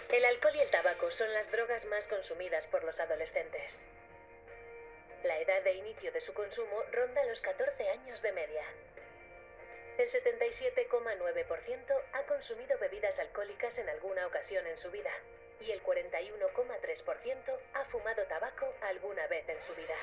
El alcohol y el tabaco son las drogas más consumidas por los adolescentes. La edad de inicio de su consumo ronda los 14 años de media. El 77,9% ha consumido bebidas alcohólicas en alguna ocasión en su vida y el 41,3% ha fumado tabaco alguna vez en su vida.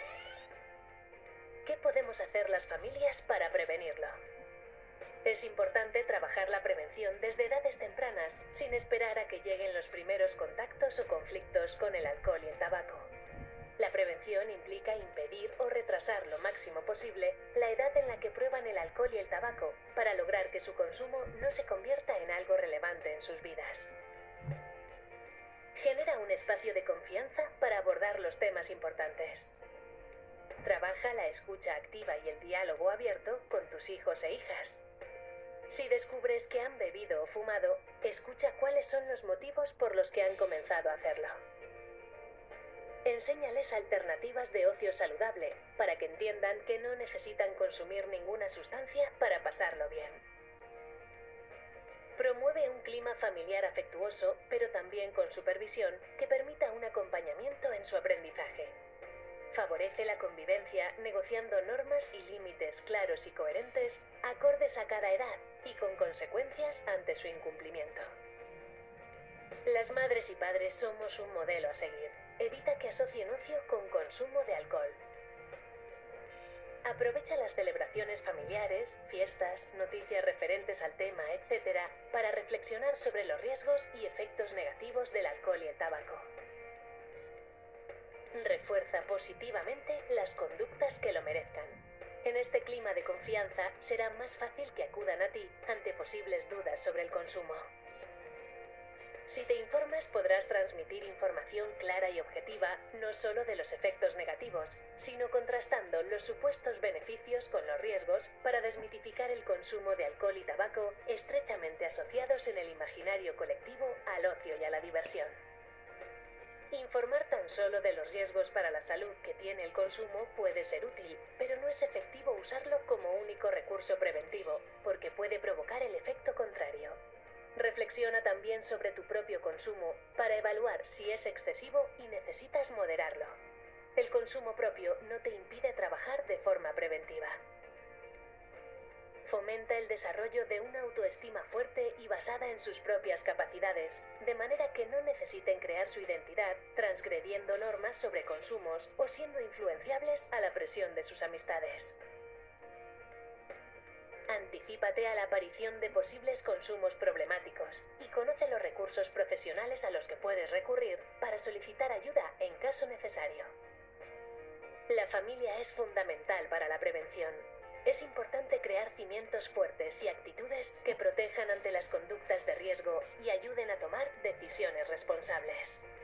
¿Qué podemos hacer las familias para prevenirlo? Es importante trabajar la prevención desde edades tempranas, sin esperar a que lleguen los primeros contactos o conflictos con el alcohol y el tabaco. La prevención implica impedir o retrasar lo máximo posible la edad en la que prueban el alcohol y el tabaco para lograr que su consumo no se convierta en algo relevante en sus vidas. Genera un espacio de confianza para abordar los temas importantes. Trabaja la escucha activa y el diálogo abierto con tus hijos e hijas. Si descubres que han bebido o fumado, escucha cuáles son los motivos por los que han comenzado a hacerlo. Enséñales alternativas de ocio saludable para que entiendan que no necesitan consumir ninguna sustancia para pasarlo bien. Promueve un clima familiar afectuoso, pero también con supervisión, que permita un acompañamiento en su aprendizaje. Favorece la convivencia negociando normas y límites claros y coherentes, acordes a cada edad y con consecuencias ante su incumplimiento. Las madres y padres somos un modelo a seguir. Evita que asocien ocio con consumo de alcohol. Aprovecha las celebraciones familiares, fiestas, noticias referentes al tema, etc., para reflexionar sobre los riesgos y efectos negativos del alcohol y el tabaco. Refuerza positivamente las conductas que lo merezcan. En este clima de confianza será más fácil que acudan a ti ante posibles dudas sobre el consumo. Si te informas, podrás transmitir información clara y objetiva, no solo de los efectos negativos, sino contrastando los supuestos beneficios con los riesgos para desmitificar el consumo de alcohol y tabaco estrechamente asociados en el imaginario colectivo al ocio y a la diversión. Informar tan solo de los riesgos para la salud que tiene el consumo puede ser útil, pero no es efectivo usarlo como único recurso preventivo, porque puede provocar el efecto contrario. Reflexiona también sobre tu propio consumo para evaluar si es excesivo y necesitas moderarlo. El consumo propio no te impide trabajar de forma preventiva. Fomenta el desarrollo de una autoestima fuerte y basada en sus propias capacidades, de manera que no necesiten crear su identidad transgrediendo normas sobre consumos o siendo influenciables a la presión de sus amistades. Anticípate a la aparición de posibles consumos problemáticos y conoce los recursos profesionales a los que puedes recurrir para solicitar ayuda en caso necesario. La familia es fundamental para la prevención. Es importante crear cimientos fuertes y actitudes que protejan ante las conductas de riesgo y ayuden a tomar decisiones responsables.